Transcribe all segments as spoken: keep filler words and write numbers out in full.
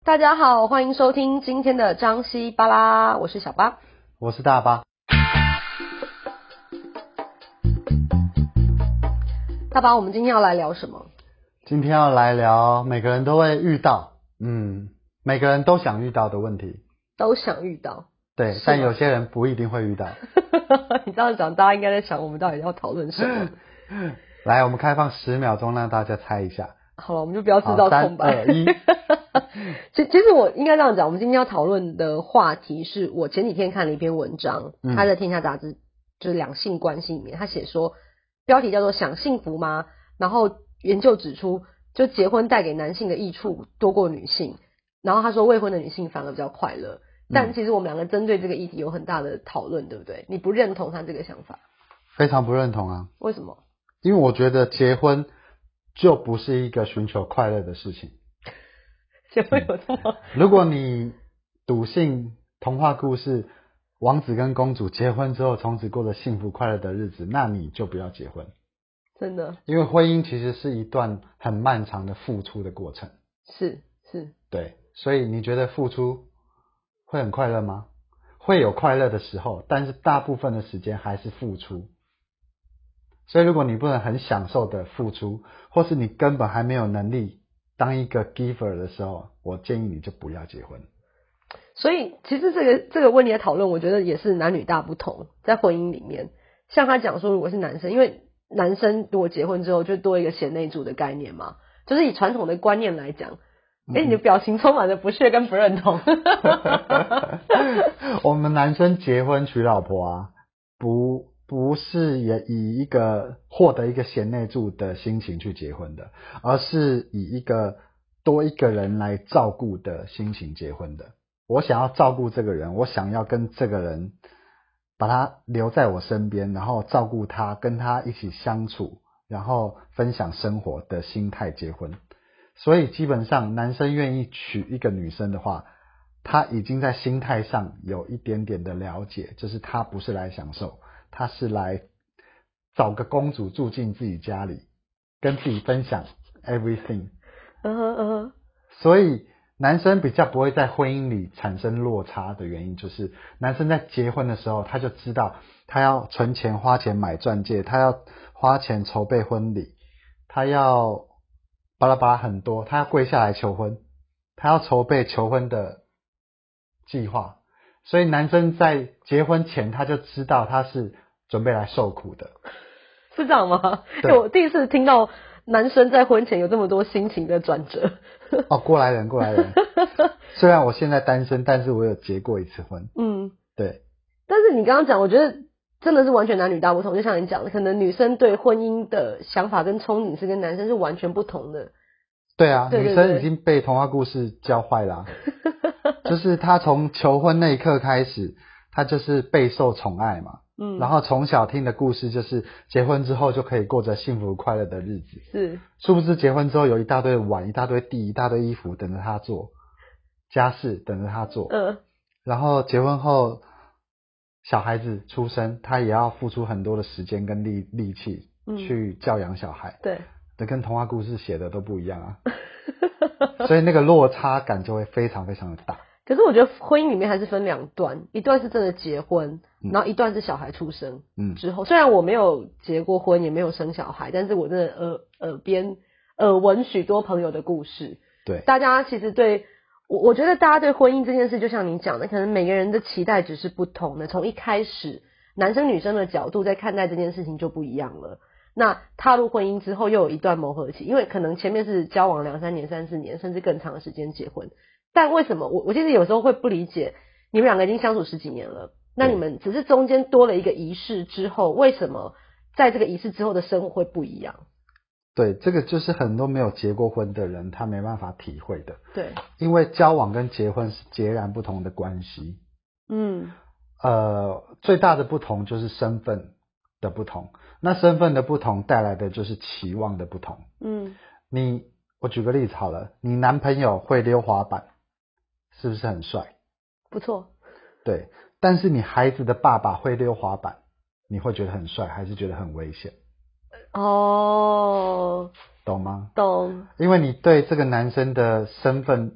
大家好，欢迎收听今天的张西巴拉，我是小巴， 我是大巴。 大巴，我们今天要来聊什么？ 今天要来聊每个人都会遇到，嗯，每个人都想遇到的问题。 都想遇到。 对，但有些人不一定会遇到。 你这样讲，大家应该在想我们到底要讨论什么。 来，我们开放十秒钟，让大家猜一下。 好了，我们就不要制造空白。 三二一。 其其实我应该这样讲，我们今天要讨论的话题是我前几天看了一篇文章， 嗯、 他在《天下杂志》就是两性关系里面，他写说标题叫做"想幸福吗？"然后研究指出，就结婚带给男性的益处多过女性，然后他说未婚的女性反而比较快乐。但其实我们两个针对这个议题有很大的讨论，对不对？你不认同他这个想法？ 非常不认同啊。 为什么？ 因为我觉得结婚就不是一个寻求快乐的事情。 结婚有这么、嗯、 如果你笃信童话故事王子跟公主结婚之后从此过着幸福快乐的日子，那你就不要结婚。 真的。 因为婚姻其实是一段很漫长的付出的过程。 是是。 对，所以你觉得付出会很快乐吗？会有快乐的时候，但是大部分的时间还是付出。所以如果你不能很享受的付出，或是你根本还没有能力当一个 giver 的时候，我建议你就不要结婚。 所以其实这个这个问题的讨论，我觉得也是男女大不同。在婚姻里面，像他讲说，如果是男生，因为男生如果结婚之后就多一个贤内助的概念嘛，就是以传统的观念来讲。哎、欸，你的表情充满了不屑跟不认同。 我们男生结婚娶老婆啊，不不是也以一个获得一个贤内助的心情去结婚的，而是以一个多一个人来照顾的心情结婚的。我想要照顾这个人，我想要跟这个人把他留在我身边，然后照顾他，跟他一起相处，然后分享生活的心态结婚。所以基本上男生愿意娶一个女生的话，他已经在心态上有一点点的了解，就是他不是来享受，他是来找个公主住进自己家里，跟自己分享 everything。 嗯哼嗯哼。 所以男生比较不会在婚姻里产生落差的原因，就是男生在结婚的时候，他就知道他要存钱花钱买钻戒，他要花钱筹备婚礼，他要巴拉巴拉很多，他要跪下来求婚，他要筹备求婚的计划。所以男生在结婚前他就知道他是准备来受苦的。 是这样吗？欸、我第一次听到男生在婚前有这么多心情的转折。 哦，过来人过来人。虽然我现在单身，但是我有结过一次婚。 嗯， 对。 但是你刚刚讲，我觉得真的是完全男女大不同。就像你讲的，可能女生对婚姻的想法跟憧憬是跟男生是完全不同的。 对啊， 对对对， 女生已经被童话故事教坏了、啊。就是她从求婚那一刻开始，她就是备受宠爱嘛。嗯。然后从小听的故事就是结婚之后就可以过着幸福快乐的日子。 是。 殊不知结婚之后有一大堆碗、一大堆地、一大堆衣服等着她做，家事等着她做。嗯。然后结婚后小孩子出生，她也要付出很多的时间跟力力气去教养小孩。 嗯、对。 这跟童话故事写的都不一样啊。所以那个落差感就会非常非常的大。 可是我觉得婚姻里面还是分两段，一段是真的结婚，嗯、然后一段是小孩出生之后。嗯、虽然我没有结过婚，也没有生小孩，但是我真的耳耳边耳闻许多朋友的故事。 对， 大家其实对我，我觉得大家对婚姻这件事，就像你讲的，可能每个人的期待值是不同的。从一开始，男生女生的角度在看待这件事情就不一样了。那踏入婚姻之后又有一段磨合期，因为可能前面是交往两三年、三四年，甚至更长的时间结婚。但为什么我我其实有时候会不理解，你们两个已经相处十几年了，那你们只是中间多了一个仪式之后，为什么在这个仪式之后的生活会不一样？ 对，这个就是很多没有结过婚的人他没办法体会的。 对， 因为交往跟结婚是截然不同的关系。嗯，呃，最大的不同就是身份的不同。那身份的不同带来的就是期望的不同。嗯，你我举个例子好了，你男朋友会溜滑板，是不是很帅？ 不错。 对，但是你孩子的爸爸会溜滑板，你会觉得很帅，还是觉得很危险？哦，懂吗？ 懂。 因为你对这个男生的身份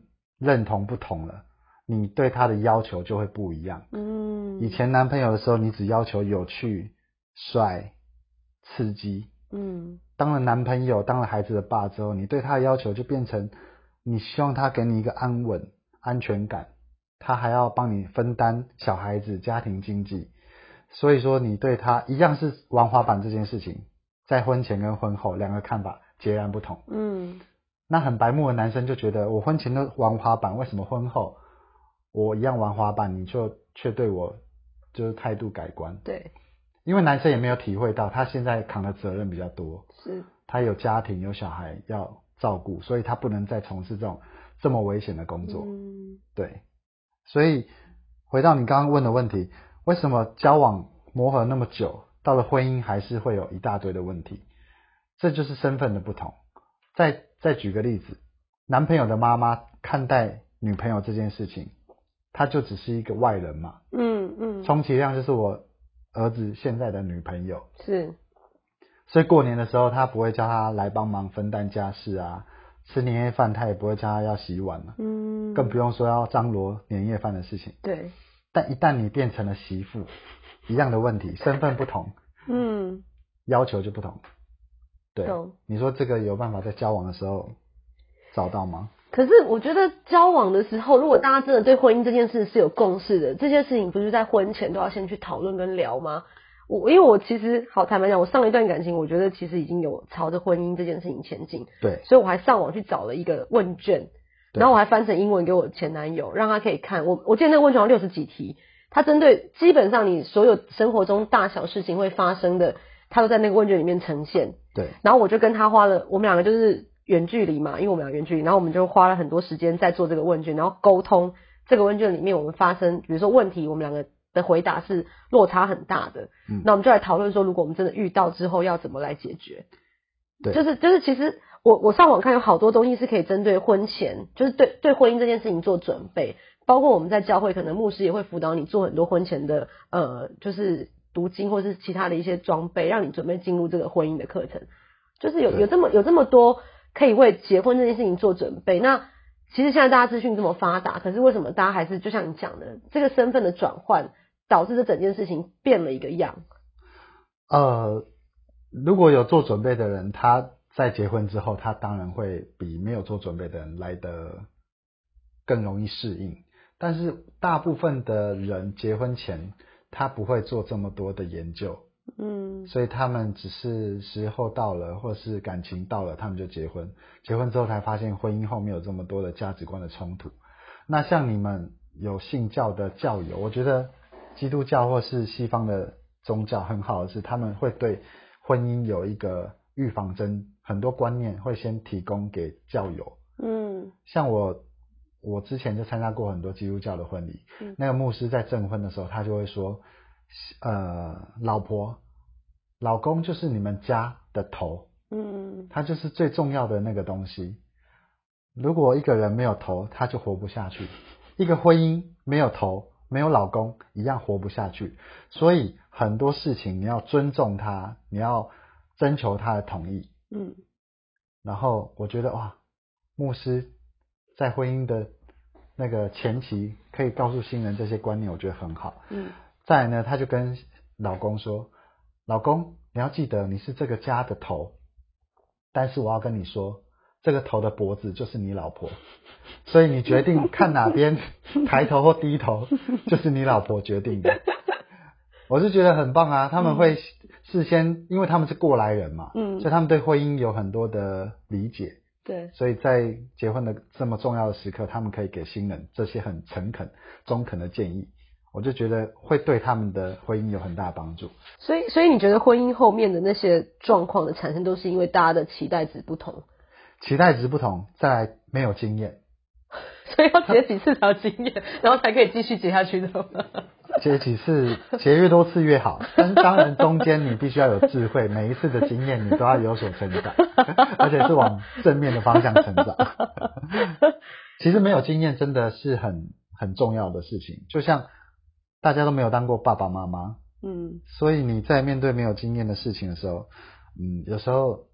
认同不同了，你对他的要求就会不一样。 嗯， 以前男朋友的时候，你只要求有趣、帅、刺激。 嗯， 当了男朋友，当了孩子的爸之后，你对他的要求就变成，你希望他给你一个安稳、安全感，他还要帮你分担小孩子、家庭经济。所以说，你对他一样是玩滑板这件事情，在婚前跟婚后两个看法截然不同。 嗯， 那很白目的男生就觉得，我婚前都玩滑板，为什么婚后我一样玩滑板，你就却对我就是态度改观？ 对， 因为男生也没有体会到，他现在扛的责任比较多， 是， 他有家庭有小孩要照顾，所以他不能再从事这种这么危险的工作。 嗯， 对，所以回到你刚刚问的问题，为什么交往磨合那么久，到了婚姻还是会有一大堆的问题？这就是身份的不同。再再举个例子，男朋友的妈妈看待女朋友这件事情，她就只是一个外人嘛。 嗯嗯， 充其量就是我儿子现在的女朋友。 是， 所以过年的时候，他不会叫他来帮忙分担家事啊，吃年夜饭他也不会叫他要洗碗了， 嗯， 更不用说要张罗年夜饭的事情。 对， 但一旦你变成了媳妇，一样的问题，身份不同， 嗯， 要求就不同。对懂， 你说这个有办法在交往的时候找到吗？ 可是我觉得交往的时候，如果大家真的对婚姻这件事是有共识的，这件事情不是在婚前都要先去讨论跟聊吗？我因为我其实好坦白讲，我上一段感情，我觉得其实已经有朝着婚姻这件事情前进， 对， 所以我还上网去找了一个问卷， 对然后我还翻成英文给我前男友，让他可以看。我我记得那个问卷好像六十几题，他针对基本上你所有生活中大小事情会发生的，他都在那个问卷里面呈现。 对， 然后我就跟他花了，我们两个就是远距离嘛，因为我们俩远距离，然后我们就花了很多时间在做这个问卷，然后沟通这个问卷里面我们发生，比如说问题，我们两个的回答是落差很大的， 嗯， 那我们就来讨论说，如果我们真的遇到之后要怎么来解决。 对， 就是就是其实我我上网看有好多东西是可以针对婚前，就是对对婚姻这件事情做准备，包括我们在教会可能牧师也会辅导你做很多婚前的呃就是读经或是其他的一些装备，让你准备进入这个婚姻的课程。就是有有这么有这么多可以为结婚这件事情做准备。那其实现在大家资讯这么发达，可是为什么大家还是就像你讲的，这个身份的转换导致这整件事情变了一个样？ 呃，如果有做准备的人，他在结婚之后，他当然会比没有做准备的人来得更容易适应。但是大部分的人结婚前，他不会做这么多的研究， 嗯， 所以他们只是时候到了，或是感情到了，他们就结婚。结婚之后才发现婚姻后面有这么多的价值观的冲突。那像你们有信教的教友，我觉得基督教或是西方的宗教很好的是，他们会对婚姻有一个预防针，很多观念会先提供给教友。 嗯， 像我，我之前就参加过很多基督教的婚礼， 嗯， 那个牧师在证婚的时候，他就会说，呃，老婆，老公就是你们家的头， 嗯， 他就是最重要的那个东西。如果一个人没有头，他就活不下去。一个婚姻没有头，没有老公，一样活不下去。所以很多事情你要尊重他，你要征求他的同意。 嗯， 然后我觉得哇，牧师在婚姻的那个前期可以告诉新人这些观念，我觉得很好。 嗯， 再来呢，他就跟老公说，老公，你要记得你是这个家的头，但是我要跟你说，这个头的脖子就是你老婆，所以你决定看哪边抬头或低头，就是你老婆决定的。我是觉得很棒啊，他们会事先，因为他们是过来人嘛， 嗯， 所以他们对婚姻有很多的理解， 对， 所以在结婚的这么重要的时刻，他们可以给新人这些很诚恳、中肯的建议，我就觉得会对他们的婚姻有很大的帮助。 所以所以你觉得婚姻后面的那些状况的产生，都是因为大家的期待值不同？ 期待值不同，再来没有经验， 所以要结几次才有经验，然后才可以继续结下去的吗？ 结几次，结越多次越好。但是当然中间你必须要有智慧，每一次的经验你都要有所成长，而且是往正面的方向成长。其实没有经验真的是很很重要的事情，就像大家都没有当过爸爸妈妈， 嗯， 所以你在面对没有经验的事情的时候，嗯，有时候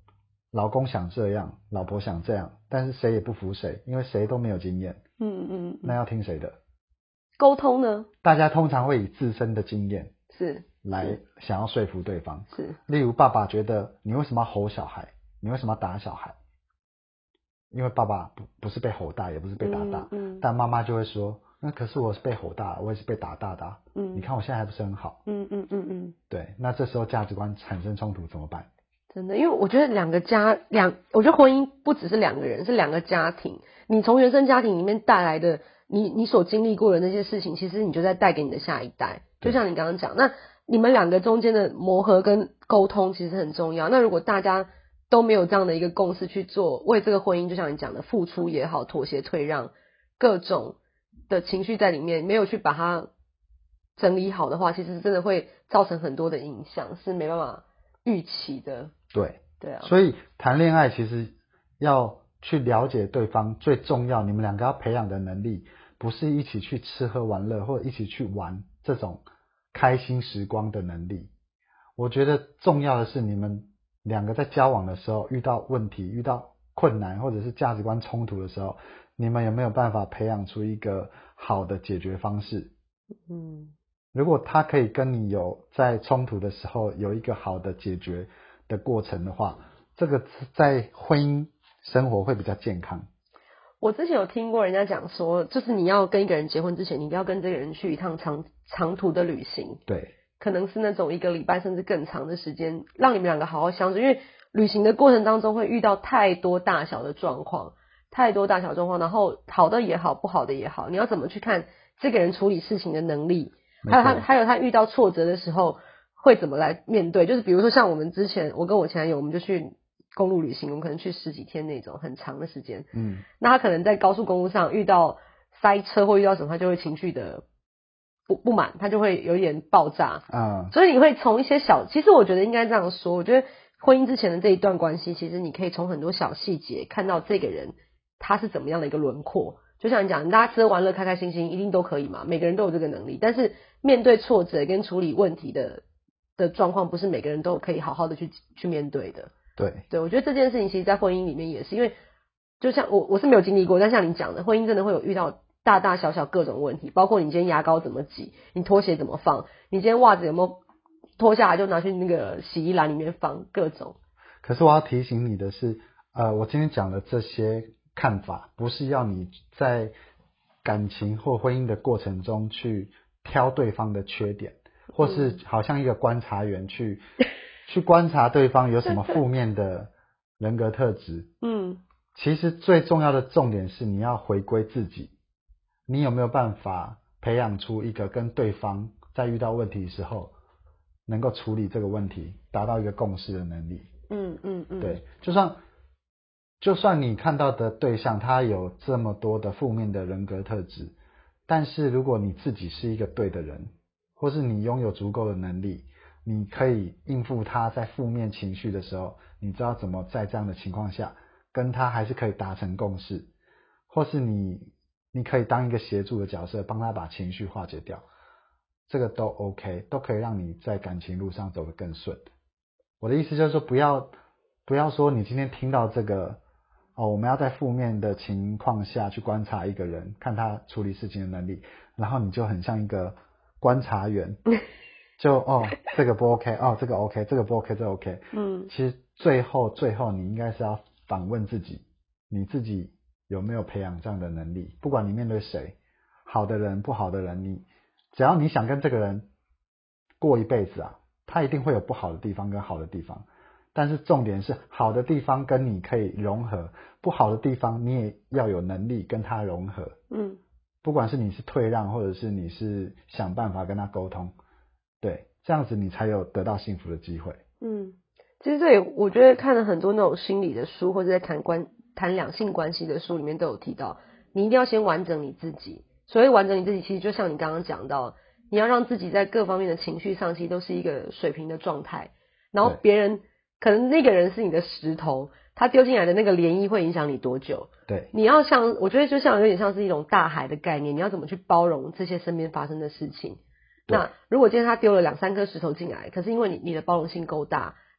老公想这样，老婆想这样，但是谁也不服谁，因为谁都没有经验。 嗯嗯嗯， 那要听谁的？ 沟通呢？ 大家通常会以自身的经验是来想要说服对方。 是， 例如爸爸觉得你为什么要吼小孩？你为什么要打小孩？因为爸爸不不是被吼大，也不是被打大， 嗯嗯但妈妈就会说，那可是我是被吼大，我也是被打大的、啊。 嗯， 你看我现在还不是很好。 嗯嗯嗯嗯， 对，那这时候价值观产生冲突怎么办？ 真的，因为我觉得两个家两，我觉得婚姻不只是两个人，是两个家庭。你从原生家庭里面带来的，你你所经历过的那些事情，其实你就在带给你的下一代。就像你刚刚讲，那你们两个中间的磨合跟沟通其实很重要。那如果大家都没有这样的一个共识去做，为这个婚姻，就像你讲的，付出也好，妥协退让，各种的情绪在里面，没有去把它整理好的话，其实真的会造成很多的影响，是没办法预期的。 对， 对啊， 所以谈恋爱其实要去了解对方，最重要，你们两个要培养的能力，不是一起去吃喝玩乐或者一起去玩这种开心时光的能力。我觉得重要的是你们两个在交往的时候遇到问题、遇到困难或者是价值观冲突的时候，你们有没有办法培养出一个好的解决方式？ 嗯， 如果他可以跟你有在冲突的时候有一个好的解决的过程的话，这个在婚姻生活会比较健康。 我之前有听过人家讲说，就是你要跟一个人结婚之前，你一定要跟这个人去一趟长长途的旅行。 对， 可能是那种一个礼拜甚至更长的时间，让你们两个好好相处。因为旅行的过程当中会遇到太多大小的状况，太多大小状况，然后好的也好，不好的也好，你要怎么去看这个人处理事情的能力，还有他还有他遇到挫折的时候会怎么来面对。就是比如说像我们之前，我跟我前男友，我们就去公路旅行，我们可能去十几天那种很长的时间。 嗯， 那他可能在高速公路上遇到塞车或遇到什么，他就会情绪的不不满，他就会有一点爆炸。 嗯， 所以你会从一些小，其实我觉得应该这样说，我觉得婚姻之前的这一段关系，其实你可以从很多小细节看到这个人他是怎么样的一个轮廓。就像你讲，大家吃喝玩乐开开心心一定都可以嘛，每个人都有这个能力，但是面对挫折跟处理问题的的状况，不是每个人都可以好好的去去面对的。 对， 对，我觉得这件事情其实在婚姻里面也是，因为就像我我是没有经历过，但像你讲的，婚姻真的会有遇到大大小小各种问题，包括你今天牙膏怎么挤，你拖鞋怎么放，你今天袜子有没有脱下来就拿去那个洗衣篮里面放，各种。 可是我要提醒你的是，呃，我今天讲的这些看法，不是要你在感情或婚姻的过程中去挑对方的缺点，或是好像一个观察员去、嗯、去观察对方有什么负面的人格特质。 嗯， 其实最重要的重点是你要回归自己，你有没有办法培养出一个跟对方在遇到问题的时候能够处理这个问题，达到一个共识的能力。 嗯嗯嗯， 对，就算就算你看到的对象他有这么多的负面的人格特质，但是如果你自己是一个对的人，或是你拥有足够的能力，你可以应付他在负面情绪的时候，你知道怎么在这样的情况下跟他还是可以达成共识，或是你你可以当一个协助的角色，帮他把情绪化解掉，这个都 OK， 都可以让你在感情路上走得更顺。我的意思就是说，不要不要说你今天听到这个哦，我们要在负面的情况下去观察一个人，看他处理事情的能力，然后你就很像一个观察员，就哦这个不 OK， 哦这个 OK， 这个不 OK， 这个 OK。嗯，其实最后最后你应该是要反问自己，你自己有没有培养这样的能力？不管你面对谁，好的人不好的人，你只要你想跟这个人过一辈子啊，他一定会有不好的地方跟好的地方，但是重点是好的地方跟你可以融合，不好的地方你也要有能力跟他融合。嗯，不管是你是退让或者是你是想办法跟他沟通，对，这样子你才有得到幸福的机会。 嗯，其实这也我觉得看了很多那种心理的书，或者在谈关谈两性关系的书里面都有提到，你一定要先完整你自己。所谓完整你自己，其实就像你刚刚讲到，你要让自己在各方面的情绪上其实都是一个水平的状态，然后别人可能那个人是你的石头，他丢进来的那个涟漪会影响你多久？ 对， 你要像我觉得就像有点像是一种大海的概念，你要怎么去包容这些身边发生的事情？那如果今天他丢了两三颗石头进来，可是因为你你的包容性够大，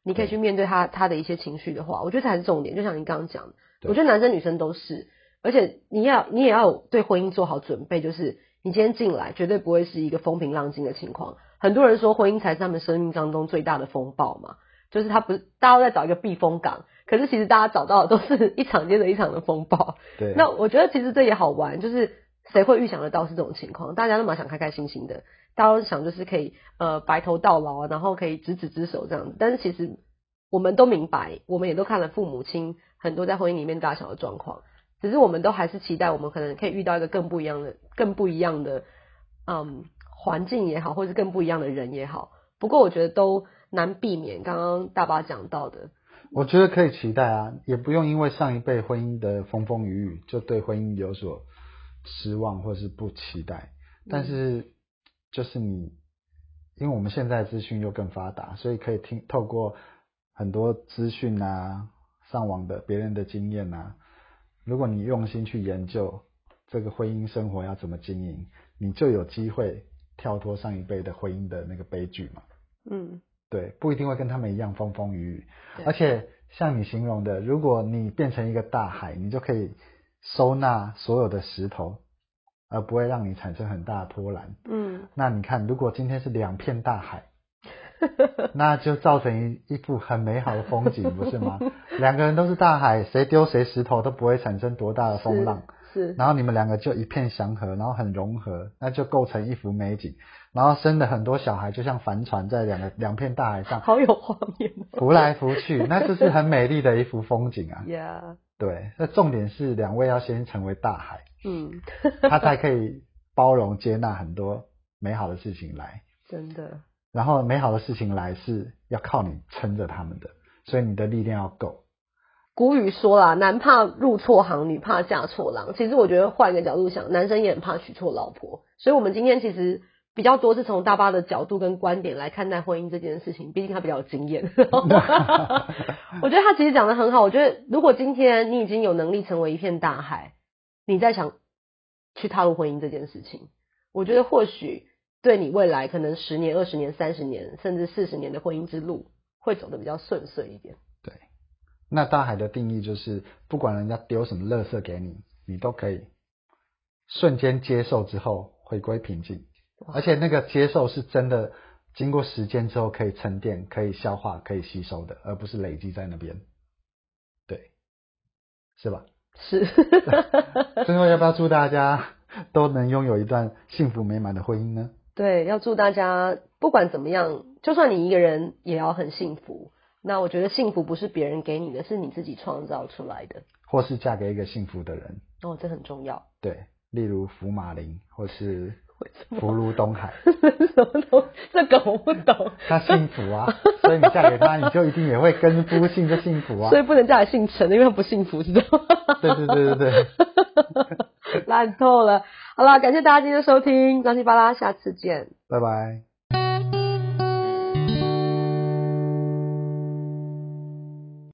你可以去面对他他的一些情绪的话，我觉得才是重点。就像你刚刚讲的，我觉得男生女生都是，而且你要你也要对婚姻做好准备，就是你今天进来绝对不会是一个风平浪静的情况。很多人说婚姻才是他们生命当中最大的风暴嘛，就是他不是大家都在找一个避风港，可是其实大家找到的都是一场接着一场的风暴。 对， 那我觉得其实这也好玩，就是谁会预想得到是这种情况？大家都蛮想开开心心的，大家都想就是可以呃白头到老，然后可以执子之手这样子。但是其实我们都明白，我们也都看了父母亲很多在婚姻里面大小的状况，只是我们都还是期待我们可能可以遇到一个更不一样的、更不一样的嗯环境也好，或是更不一样的人也好。不过我觉得都难避免刚刚大巴讲到的。 我觉得可以期待啊，也不用因为上一辈婚姻的风风雨雨就对婚姻有所失望或是不期待。但是就是你，因为我们现在资讯又更发达，所以可以听透过很多资讯啊，上网的别人的经验啊，如果你用心去研究这个婚姻生活要怎么经营，你就有机会跳脱上一辈的婚姻的那个悲剧嘛。 嗯， 对，不一定会跟他们一样风风雨雨，而且像你形容的，如果你变成一个大海，你就可以收纳所有的石头，而不会让你产生很大的波澜。 嗯， 那你看，如果今天是两片大海，那就造成一一幅很美好的风景，不是吗？两个人都是大海，谁丢谁石头都不会产生多大的风浪。 是，是然后你们两个就一片祥和，然后很融合，那就构成一幅美景。然后生了很多小孩，就像帆船在两个两片大海上， 好有画面哦， 浮来浮去，那这是很美丽的一幅风景啊。 Yeah， 对，那重点是两位要先成为大海， 嗯， 他才可以包容接纳很多美好的事情来。 真的。 然后美好的事情来是要靠你撑着他们的，所以你的力量要够。 古语说啦，男怕入错行，女怕嫁错郎。其实我觉得换一个角度想，男生也很怕娶错老婆。所以我们今天其实比较多是从大巴的角度跟观点来看待婚姻这件事情，毕竟他比较有经验。我觉得他其实讲得很好。我觉得如果今天你已经有能力成为一片大海，你再想去踏入婚姻这件事情，我觉得或许对你未来可能十年、二十年、三十年，甚至四十年的婚姻之路会走得比较顺遂一点。 对，那大海的定义就是，不管人家丢什么垃圾给你，你都可以瞬间接受之后回归平静，而且那个接受是真的经过时间之后可以沉淀、可以消化、可以吸收的，而不是累积在那边。对，是吧？ 是。 最后要不要祝大家都能拥有一段幸福美满的婚姻呢？ 对，要祝大家不管怎么样，就算你一个人也要很幸福。那我觉得幸福不是别人给你的，是你自己创造出来的。 或是嫁给一个幸福的人。 哦，这很重要。 对，例如福马林或是福如东海。 什么东？这个我不懂。 他幸福啊，所以你嫁给他，你就一定也会跟夫姓就幸福啊。 所以不能嫁给姓陈的，因为他不幸福，知道吗？ 对对对对对。 烂透了。好啦，感谢大家今天的收听，张西巴拉，下次见， 拜拜。